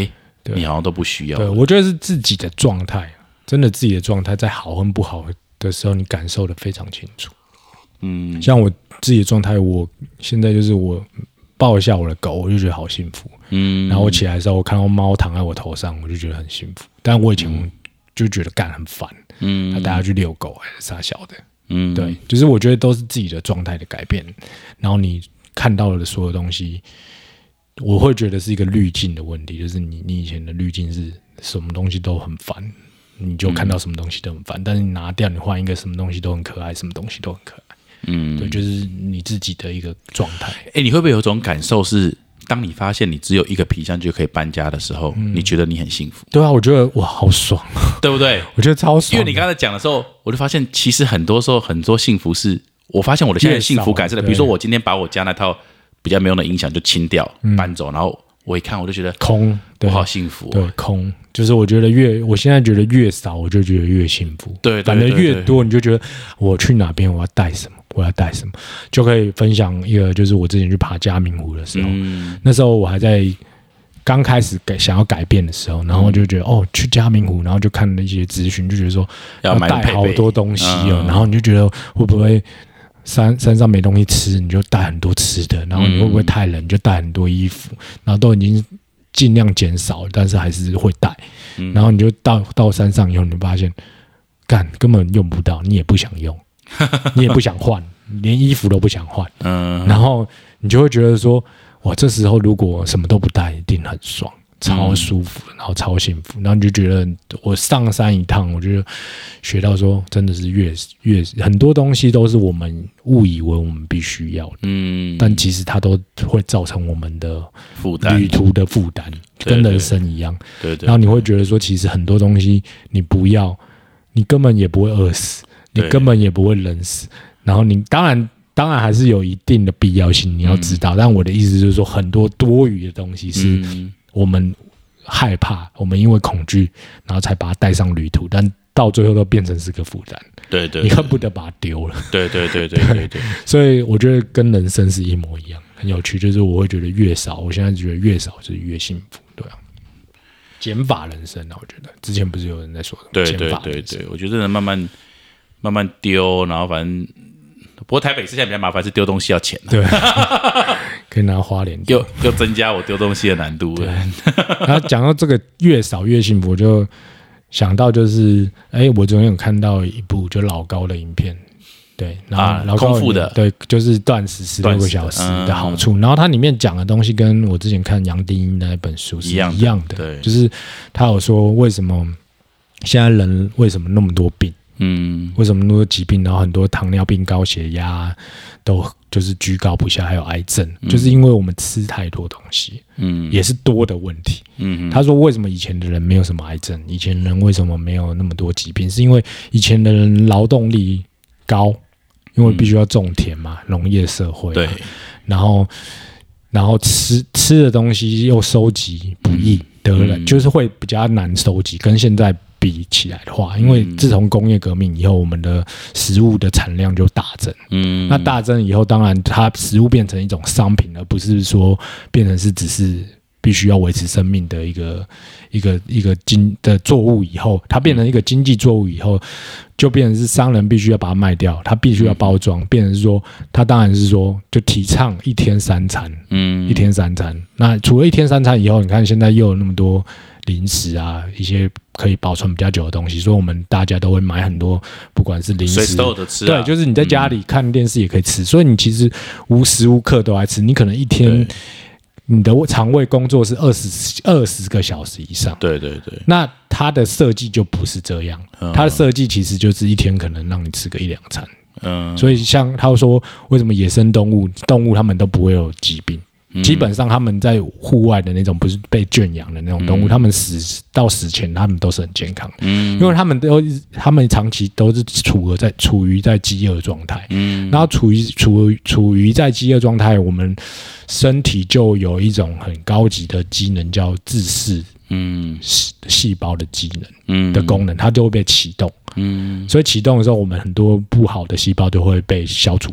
Speaker 2: 你好像都不需要。
Speaker 1: 对，我觉得是自己的状态，真的自己的状态在好跟不好的时候，你感受的非常清楚。嗯，像我自己的状态，我现在就是我抱一下我的狗，我就觉得好幸福。嗯，然后我起来的时候，我看到猫躺在我头上，我就觉得很幸福。但我以前就觉得干很烦，嗯，他带他去遛狗还是啥小的，嗯，对，就是我觉得都是自己的状态的改变，然后你看到的所有东西。我会觉得是一个滤镜的问题，就是你你以前的滤镜是什么东西都很烦，你就看到什么东西都很烦，嗯、但是你拿掉，你换一个什么东西都很可爱，什么东西都很可爱。嗯，对，就是你自己的一个状态。
Speaker 2: 哎、欸，你会不会有种感受是，当你发现你只有一个皮箱就可以搬家的时候，嗯、你觉得你很幸福？
Speaker 1: 对啊，我觉得哇，好爽，
Speaker 2: 对不对？
Speaker 1: 我觉得超爽。
Speaker 2: 因为你刚才讲的时候，我就发现其实很多时候很多幸福是，我发现我的现在的幸福感是的，比如说我今天把我家那套比较没用的音响就清掉、嗯、搬走，然后我一看我就觉得
Speaker 1: 空，
Speaker 2: 我好幸福、哦。
Speaker 1: 对，空就是我觉得越我现在觉得越少，我就觉得越幸福。
Speaker 2: 对，
Speaker 1: 反正越多，你就觉得我去哪边我要带什么，我要带什么，就可以分享一个，就是我之前去爬嘉明湖的时候，嗯、那时候我还在刚开始改想要改变的时候，然后就觉得、嗯、哦，去嘉明湖，然后就看了一些资讯，就觉得说要带好多东西哦，嗯、然后你就觉得会不会？山山上没东西吃，你就带很多吃的，然后你会不会太冷，你就带很多衣服，然后都已经尽量减少了，但是还是会带。嗯、然后你就到到山上以后，你就发现，干根本用不到，你也不想用，你也不想换，连衣服都不想换。嗯，然后你就会觉得说，哇，这时候如果什么都不带，一定很爽。超舒服，然后超幸福，然后你就觉得我上山一趟，我就学到说，真的是越越很多东西都是我们误以为我们必须要的，嗯，但其实它都会造成我们的
Speaker 2: 负担，
Speaker 1: 旅途的负担，跟人生一样，
Speaker 2: 对 对, 对, 对。
Speaker 1: 然后你会觉得说，其实很多东西你不要，你根本也不会饿死，你根本也不会冷死，然后你当然。当然还是有一定的必要性，你要知道。嗯、但我的意思就是说，很多多余的东西是我们害怕，我们因为恐惧，然后才把它带上旅途，但到最后都变成是个负担。
Speaker 2: 对 对, 对，
Speaker 1: 你恨不得把它丢了。
Speaker 2: 对对对对对 对, 对。
Speaker 1: 所以我觉得跟人生是一模一样，很有趣。就是我会觉得越少，我现在觉得越少就是越幸福，对啊。减法人生啊，我觉得之前不是有人在说的，
Speaker 2: 对对对对，我觉得慢慢慢慢丢，然后反正。不过台北市现在比较麻烦，是丢东西要钱、啊。
Speaker 1: 对，可以拿花莲
Speaker 2: 又又增加我丢东西的难度了。
Speaker 1: 然后讲到这个越少越幸福，我就想到就是，哎，我昨天有看到一部就老高的影片，对，然后老高、啊、
Speaker 2: 空腹的，
Speaker 1: 对，就是断食十六个小时的好处。嗯、然后它里面讲的东西跟我之前看杨定一那本书是一样的，样的对，就是他有说为什么现在人为什么那么多病。嗯，为什么那么多疾病，然后很多糖尿病、高血压都就是居高不下，还有癌症，嗯、就是因为我们吃太多东西，嗯，也是多的问题。嗯，他说为什么以前的人没有什么癌症，以前人为什么没有那么多疾病，是因为以前的人劳动力高，因为必须要种田嘛，农业社会，对，然后然后吃吃的东西又收集不易，得了、嗯、就是会比较难收集，跟现在。比起来的话，因为自从工业革命以后，我们的食物的产量就大增。嗯，那大增以后，当然它食物变成一种商品，而不是说变成是只是必须要维持生命的一个一个一个经的作物以后，它变成一个经济作物以后，就变成是商人必须要把它卖掉，它必须要包装，变成是说，它当然是说就提倡一天三餐，嗯，一天三餐。那除了一天三餐以后，你看现在又有那么多。零食啊，一些可以保存比较久的东西，所以我们大家都会买很多，不管是零食，
Speaker 2: 随手的吃、啊，
Speaker 1: 对，就是你在家里看电视也可以吃，嗯、所以你其实无时无刻都在吃，你可能一天你的肠胃工作是二十二十个小时以上，
Speaker 2: 对对对，
Speaker 1: 那它的设计就不是这样，嗯、它的设计其实就是一天可能让你吃个一两餐，嗯，所以像他说，为什么野生动物动物它们都不会有疾病？基本上他们在户外的那种不是被圈养的那种动物，嗯、他们死到死前他们都是很健康的，嗯、因为他们都他们长期都是处在处于在饥饿状态，嗯、然后处于处处于在饥饿状态，我们身体就有一种很高级的机能叫自噬，嗯，细胞的机能，嗯、的功能，它就会被启动，嗯，所以启动的时候，我们很多不好的细胞都会被消除掉。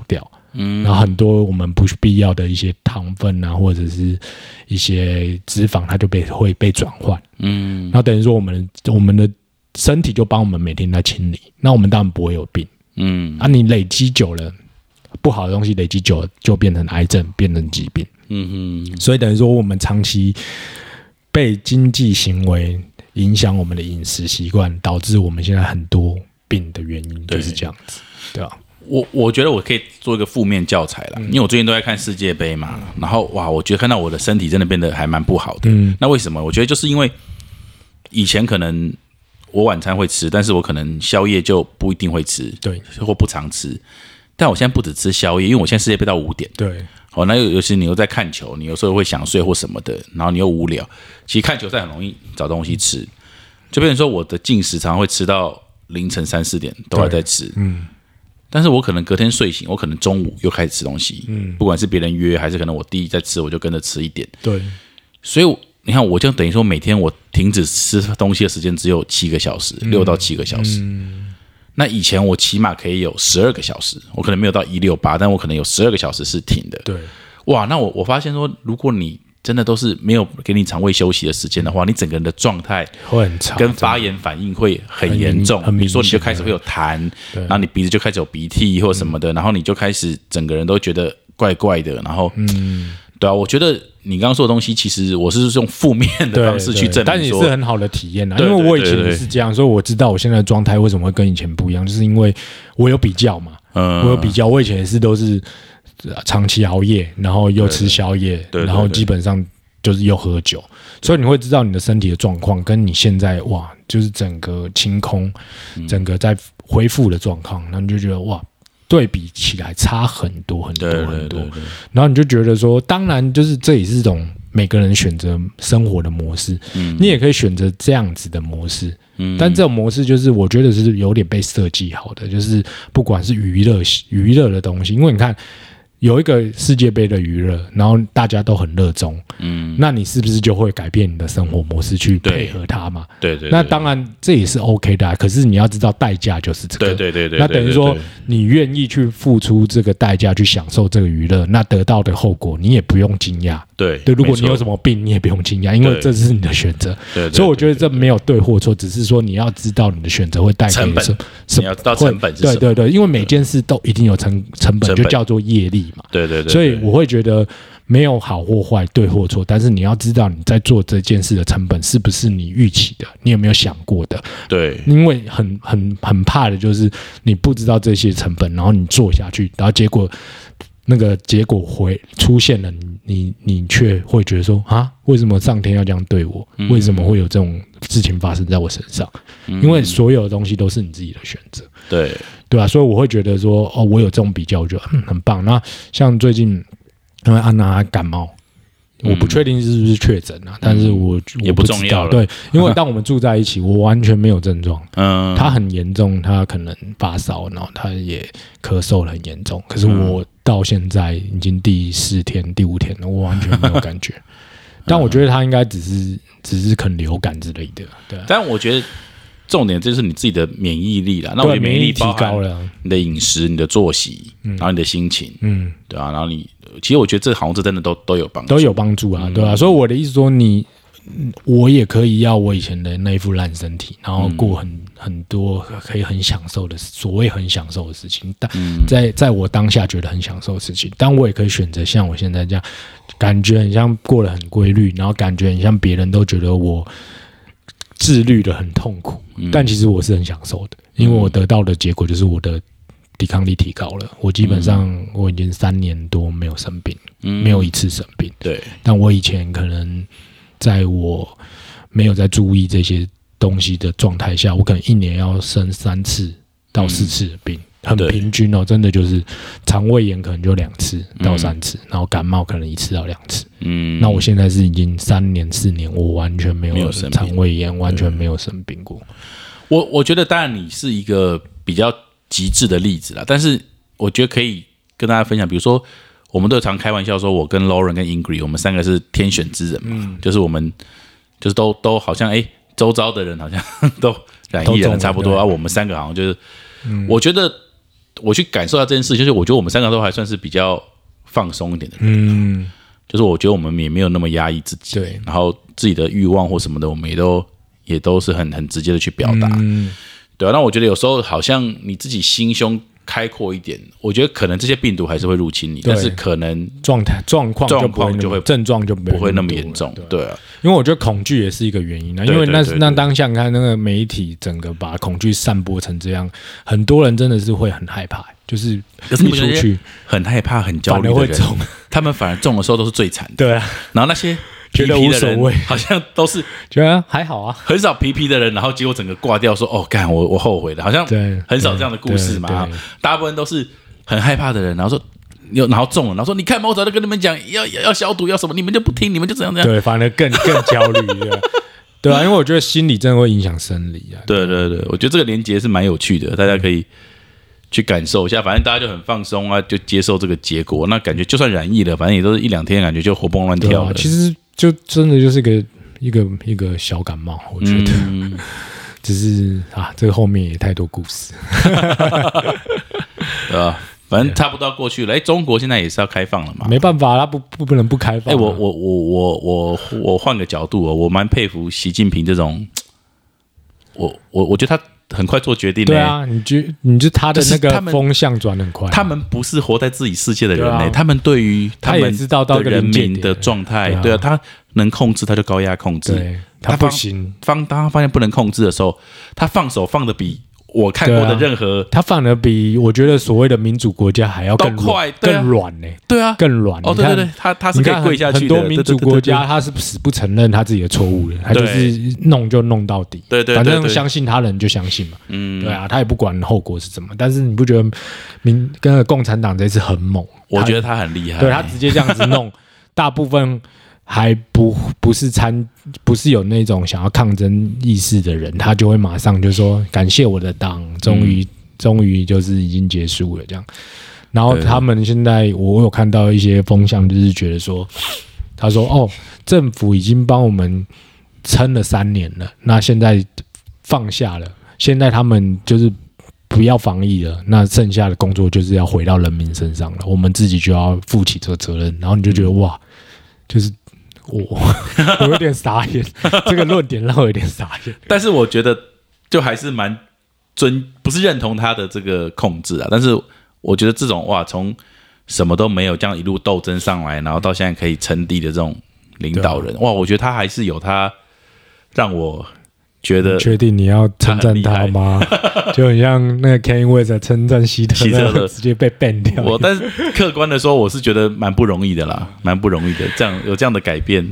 Speaker 1: 嗯，然后很多我们不必要的一些糖分啊，或者是一些脂肪，它就被会被转换，嗯，然后等于说我们我们的身体就帮我们每天在清理，那我们当然不会有病，嗯，啊，你累积久了，不好的东西累积久了就变成癌症，变成疾病，嗯哼，所以等于说我们长期被经济行为影响我们的饮食习惯，导致我们现在很多病的原因就是这样子，对吧？
Speaker 2: 我我觉得我可以做一个负面教材啦，嗯、因为我最近都在看世界杯嘛，嗯、然后哇，我觉得看到我的身体真的变得还蛮不好的。嗯、那为什么？我觉得就是因为以前可能我晚餐会吃，但是我可能宵夜就不一定会吃，
Speaker 1: 对，
Speaker 2: 或不常吃。但我现在不只吃宵夜，因为我现在世界杯到五点，
Speaker 1: 对，
Speaker 2: 好、哦，那尤其你又在看球，你有时候会想睡或什么的，然后你又无聊，其实看球赛很容易找东西吃，就变成说我的进食常常会吃到凌晨三四点都还在吃，嗯。但是我可能隔天睡醒，我可能中午又开始吃东西，嗯，不管是别人约还是可能我弟在吃，我就跟着吃一点，
Speaker 1: 对。
Speaker 2: 所以你看，我就等于说每天我停止吃东西的时间只有七个小时，六、嗯、到七个小时。嗯、那以前我起码可以有十二个小时，我可能没有到一六八，但我可能有十二个小时是停的。
Speaker 1: 对，
Speaker 2: 哇，那我我发现说，如果你真的都是没有给你肠胃休息的时间的话，你整个人的状态
Speaker 1: 会很差，
Speaker 2: 跟发炎反应会很严重。比如说，你就开始会有痰，然后你鼻子就开始有鼻涕或什么的，嗯、然后你就开始整个人都觉得怪怪的。然后，嗯，对啊，我觉得你刚刚说的东西，其实我是用负面的方式去证明说，
Speaker 1: 但也是很好的体验啊。因为我以前也是这样，所以我知道我现在的状态为什么会跟以前不一样，就是因为我有比较嘛，嗯、我有比较，我以前也是都是。长期熬夜，然后又吃宵夜，对对对对，然后基本上就是又喝酒，所以你会知道你的身体的状况跟你现在哇，就是整个清空，嗯、整个在恢复的状况，然后你就觉得哇，对比起来差很多很多很多，对对对对，然后你就觉得说，当然就是这也是一种每个人选择生活的模式，嗯、你也可以选择这样子的模式。嗯、但这种模式就是我觉得是有点被设计好的，就是不管是娱乐娱乐的东西，因为你看。有一个世界杯的娱乐，然后大家都很热衷，嗯，那你是不是就会改变你的生活模式去配合它嘛？
Speaker 2: 对 对, 对, 对，
Speaker 1: 那当然这也是 OK 的、啊，可是你要知道代价就是这个，
Speaker 2: 对对 对, 对, 对, 对, 对, 对，
Speaker 1: 那等于说你愿意去付出这个代价去享受这个娱乐，那得到的后果你也不用惊讶，
Speaker 2: 对
Speaker 1: 对，如果你有什么病你也不用惊讶，因为这是你的选择，对, 对, 对, 对, 对，所以我觉得这没有对或错，只是说你要知道你的选择会带给你什么，
Speaker 2: 你要知道成本是什么，
Speaker 1: 对对对，因为每件事都一定有成成本，就叫做业力嘛，
Speaker 2: 对对对，
Speaker 1: 所以。我会觉得没有好或坏，对或错，但是你要知道你在做这件事的成本是不是你预期的，你有没有想过的？
Speaker 2: 对，
Speaker 1: 因为很很很怕的就是你不知道这些成本，然后你做下去，然后结果那个结果回出现了，你你你却会觉得说啊，为什么上天要这样对我？嗯、为什么会有这种事情发生在我身上？嗯、因为所有的东西都是你自己的选择，
Speaker 2: 对
Speaker 1: 对吧、啊？所以我会觉得说，哦，我有这种比较，我觉得嗯很棒。那像最近因为安娜感冒。我不确定是不是确诊啊，嗯、但是我
Speaker 2: 也不重要了。
Speaker 1: 对，因为当我们住在一起，我完全没有症状。嗯，他很严重，他可能发烧，然后他也咳嗽得很严重。可是我到现在已经第四天、第五天了，我完全没有感觉。但我觉得他应该只是只是可能流感之类的。对、啊，
Speaker 2: 但我觉得重点就是你自己的免疫力啦。那我的免疫力提高了，你的饮食、你的作息，嗯、然后你的心情，嗯，对啊，然后你。其实我觉得这好像这真的都都有帮助，
Speaker 1: 都有帮助啊，对吧、啊？所以我的意思说你，你我也可以要我以前的那一副烂身体，然后过很、嗯、很多可以很享受的所谓很享受的事情，但在在我当下觉得很享受的事情，但我也可以选择像我现在这样，感觉很像过得很规律，然后感觉很像别人都觉得我自律的很痛苦，嗯、但其实我是很享受的，因为我得到的结果就是我的。抵抗力提高了，我基本上我已经三年多没有生病，嗯、没有一次生病。
Speaker 2: 对，
Speaker 1: 但我以前可能在我没有在注意这些东西的状态下，我可能一年要生三次到四次的病，嗯、很平均哦，真的就是肠胃炎可能就两次到三次，嗯、然后感冒可能一次到两次。嗯，那我现在是已经三年四年，我完全没有肠胃炎，完全没有生病过。
Speaker 2: 我我觉得，当然你是一个比较。极致的例子啦，但是我觉得可以跟大家分享，比如说，我们都常开玩笑说，我跟 Lauren 跟 Ingrid， 我们三个是天选之人嘛，嗯、就是我们就是都都好像哎，周遭的人好像都染疫了差不多啊，我们三个好像就是，嗯、我觉得我去感受到这件事，就是我觉得我们三个都还算是比较放松一点的人，嗯，就是我觉得我们也没有那么压抑自己，
Speaker 1: 对，
Speaker 2: 然后自己的欲望或什么的，我们也都也都是很很直接的去表达，嗯，对啊。那我觉得有时候好像你自己心胸开阔一点，我觉得可能这些病毒还是会入侵你，但是可能
Speaker 1: 状态状况
Speaker 2: 状况就会
Speaker 1: 症状就不
Speaker 2: 会那么严重，对啊。
Speaker 1: 因为我觉得恐惧也是一个原因啊，因为那那当下你看那个媒体整个把恐惧散播成这样，很多人真的是会很害怕，就是一出去
Speaker 2: 很害怕、很焦虑的人，他们反而中的时候都是最惨的，
Speaker 1: 对啊。
Speaker 2: 然后那些
Speaker 1: 觉得无所谓，
Speaker 2: 好像都是
Speaker 1: 觉得还好啊，
Speaker 2: 很少皮皮的人，然后结果整个挂掉说，哦，干我我后悔了，好像很少这样的故事嘛，大部分都是很害怕的人，然后说。然后中了，然后说你看嘛，我早就跟你们讲要要消毒要什么，你们就不听，你们就这样这样。
Speaker 1: 对，反而更更焦虑，对对啊，因为我觉得心理真的会影响生理啊。
Speaker 2: 对对对，我觉得这个连结是蛮有趣的，大家可以去感受一下。反正大家就很放松啊，就接受这个结果。那感觉就算染疫了，反正也都是一两天，感觉就活蹦乱跳的。
Speaker 1: 其实就真的就是个一个一个小感冒，我觉得。嗯、只是啊，这个后面也太多故事，
Speaker 2: 对吧？反正差不多要过去了。哎，中国现在也是要开放了嘛？
Speaker 1: 没办法，他不不不能不开放、啊。
Speaker 2: 哎，我我我我我我换个角度哦，我蛮佩服习近平这种，我我我觉得他很快做决定。
Speaker 1: 对啊，你觉你就他的那个风向转很快、啊。
Speaker 2: 他们不是活在自己世界的人呢、欸啊，他们对于
Speaker 1: 他们知道到
Speaker 2: 人民的状态，对啊，他能控制他就高压控制，
Speaker 1: 对他不行。
Speaker 2: 当当他发现不能控制的时候，他放手放的比。我看过的任何、
Speaker 1: 啊，他反而比我觉得所谓的民主国家还要更
Speaker 2: 快、
Speaker 1: 更软呢、欸。
Speaker 2: 对啊，
Speaker 1: 更软。
Speaker 2: 哦，对对对，他他是可以跪下去的。
Speaker 1: 很多民主国家他是死不承认他自己的错误的，他就是弄就弄到底。
Speaker 2: 对 对, 对, 对, 对，
Speaker 1: 反正相信他人就相信嘛。嗯，对啊，他也不管后果是怎么。但是你不觉得民跟共产党这次很猛？
Speaker 2: 我觉得他很厉害。
Speaker 1: 对他直接这样子弄，大部分。还不不是参不是有那种想要抗争意识的人，他就会马上就说感谢我的党，终于、嗯、终于就是已经结束了这样。然后他们现在我有看到一些风向，就是觉得说，他说哦，政府已经帮我们撑了三年了，那现在放下了，现在他们就是不要防疫了，那剩下的工作就是要回到人民身上了，我们自己就要负起这个责任。然后你就觉得哇，就是。我我有点傻眼，这个论点让我有点傻眼。
Speaker 2: 但是我觉得就还是蛮尊，不是认同他的这个控制啊。但是我觉得这种哇，从什么都没有这样一路斗争上来，然后到现在可以称帝的这种领导人，哇，我觉得他还是有他让我觉得。
Speaker 1: 确定你要称赞他吗？就很像那个 Kanye West 称赞希特勒，直接被 ban 掉。
Speaker 2: 我但是客观的说，我是觉得蛮不容易的啦，蛮不容易的。这样有这样的改变，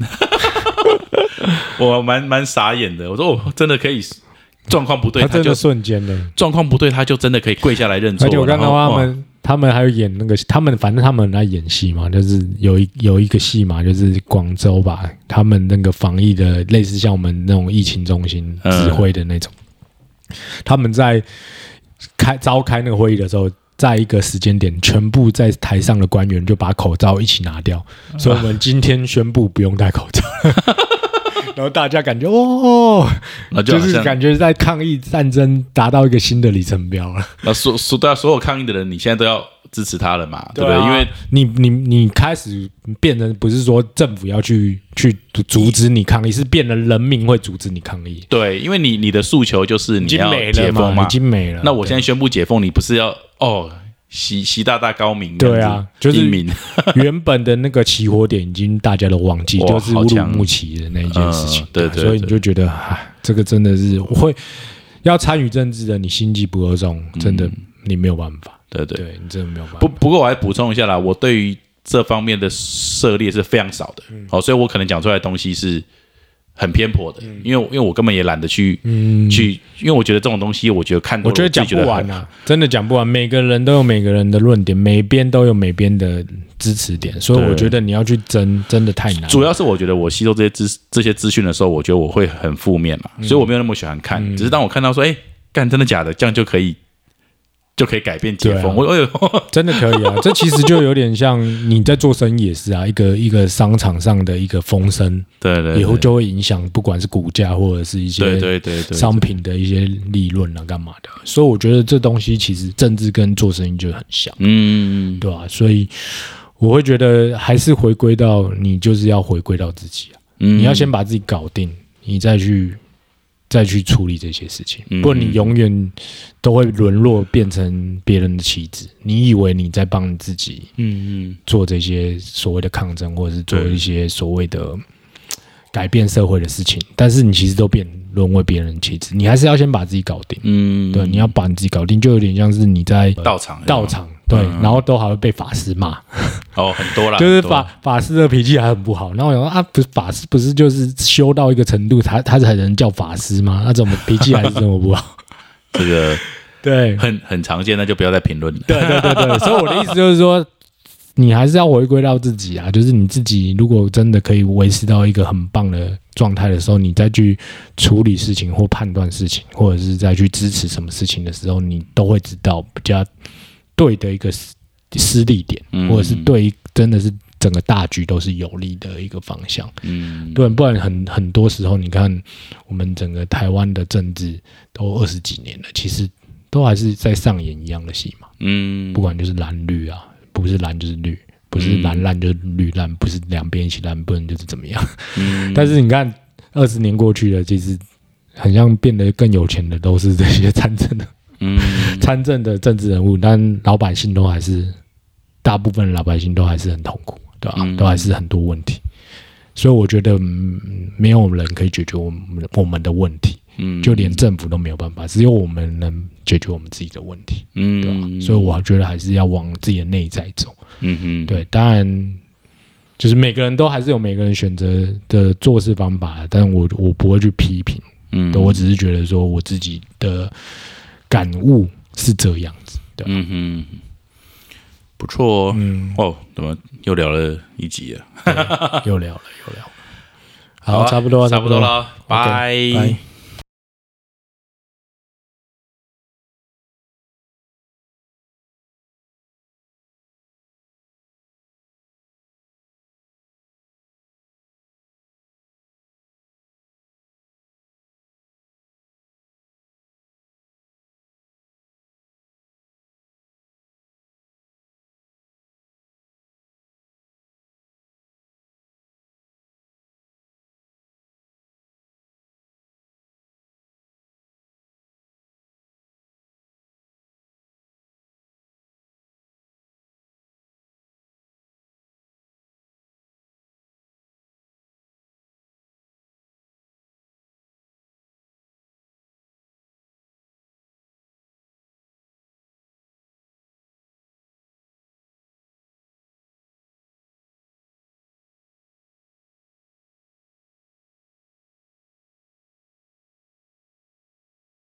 Speaker 2: 我蛮蛮傻眼的。我说我真的可以，状况不对，
Speaker 1: 他真的瞬间的
Speaker 2: 状况不对，他就真的可以跪下来认错。
Speaker 1: 而且我看到他们，他们还有演那个，他们反正他们来演戏嘛，就是有一有一个戏嘛，就是广州吧，他们那个防疫的类似像我们那种疫情中心指挥的那种。嗯他们在开召开那个会议的时候，在一个时间点，全部在台上的官员就把口罩一起拿掉，所以我们今天宣布不用戴口罩。然后大家感觉哦，就是感觉在抗疫战争达到一个新的里程标了。
Speaker 2: 那所所对啊，所有抗议的人，你现在都要支持他了嘛，对不对？
Speaker 1: 对啊、
Speaker 2: 因为
Speaker 1: 你你你开始变成不是说政府要去去阻止你抗议，是变成人民会阻止你抗议。
Speaker 2: 对，因为你你的诉求就是你要解封嘛，
Speaker 1: 已经没了。
Speaker 2: 那我现在宣布解封，你不是要哦？习习大大高明，
Speaker 1: 对啊，就是原本的那个起火点已经大家都忘记，就是乌鲁木齐的那一件事情，
Speaker 2: 嗯、对, 对, 对, 对，
Speaker 1: 所以你就觉得啊，这个真的是会要参与政治的，你心机不够重，真的你没有办法，
Speaker 2: 对对
Speaker 1: 对，你真的没有办法。
Speaker 2: 不不过我还补充一下啦，我对于这方面的涉猎是非常少的，嗯、好，所以我可能讲出来的东西是很偏颇的，嗯、因为因为我根本也懒得去、嗯、去，因为我觉得这种东西，我觉得看多了，
Speaker 1: 我觉得讲不完啊，真的讲不完。每个人都有每个人的论点，每边都有每边的支持点，所以我觉得你要去争，真的太难。
Speaker 2: 主要是我觉得我吸收这些资这些资讯的时候，我觉得我会很负面嘛，嗯、所以我没有那么喜欢看。嗯、只是当我看到说，哎，干真的假的，这样就可以就可以改变解封。
Speaker 1: 啊、
Speaker 2: 我有
Speaker 1: 真的可以啊，这其实就有点像你在做生意也是啊，一个一个商场上的一个风声，
Speaker 2: 对 对, 对，
Speaker 1: 以后就会影响不管是股价或者是一些商品的一些利润啊，干嘛的。所以我觉得这东西其实政治跟做生意就很像，嗯，对吧、啊？所以我会觉得还是回归到你就是要回归到自己啊，嗯、你要先把自己搞定，你再去。再去处理这些事情，不然你永远都会沦落变成别人的棋子。你以为你在帮你自己，嗯嗯，做这些所谓的抗争，或者是做一些所谓的改变社会的事情，但是你其实都变沦为别人的棋子。你还是要先把自己搞定，嗯，对，你要把你自己搞定，就有点像是你在
Speaker 2: 道场
Speaker 1: 道场。对，嗯、然后都还会被法师骂，
Speaker 2: 哦，很多啦，
Speaker 1: 就是法法师的脾气还很不好。然后我想说啊，不是法师不是就是修到一个程度，他他才能叫法师吗？他怎么脾气还是这么不好？
Speaker 2: 这个
Speaker 1: 对，
Speaker 2: 很很常见，那就不要再评论了。
Speaker 1: 对对对对，所以我的意思就是说，你还是要回归到自己啊，就是你自己如果真的可以维持到一个很棒的状态的时候，你再去处理事情或判断事情，或者是再去支持什么事情的时候，你都会知道比较。对的一个施力点，嗯、或者是对真的是整个大局都是有利的一个方向，嗯，对，不然很很多时候你看我们整个台湾的政治都二十几年了，其实都还是在上演一样的戏嘛，嗯，不管就是蓝绿啊，不是蓝就是绿，不是蓝烂就是绿烂，不是两边一起烂，不然就是怎么样，嗯，但是你看二十年过去了，其实很像变得更有钱的都是这些参政的。嗯，参政的政治人物，但老百姓都还是大部分老百姓都还是很痛苦，对吧、啊？嗯、都还是很多问题，所以我觉得、嗯、没有人可以解决我们我们的问题，嗯，就连政府都没有办法，只有我们能解决我们自己的问题，嗯，对吧、啊？所以我觉得还是要往自己的内在走，嗯哼，对，当然就是每个人都还是有每个人选择的做事方法，但我我不会去批评，嗯，我只是觉得说我自己的。感悟是这样子的，嗯哼，
Speaker 2: 不错哦，嗯，哦，怎么又聊了一集了？
Speaker 1: 又聊了，又聊了，好，好啊、差不多，
Speaker 2: 差不多了，拜。
Speaker 1: Okay, bye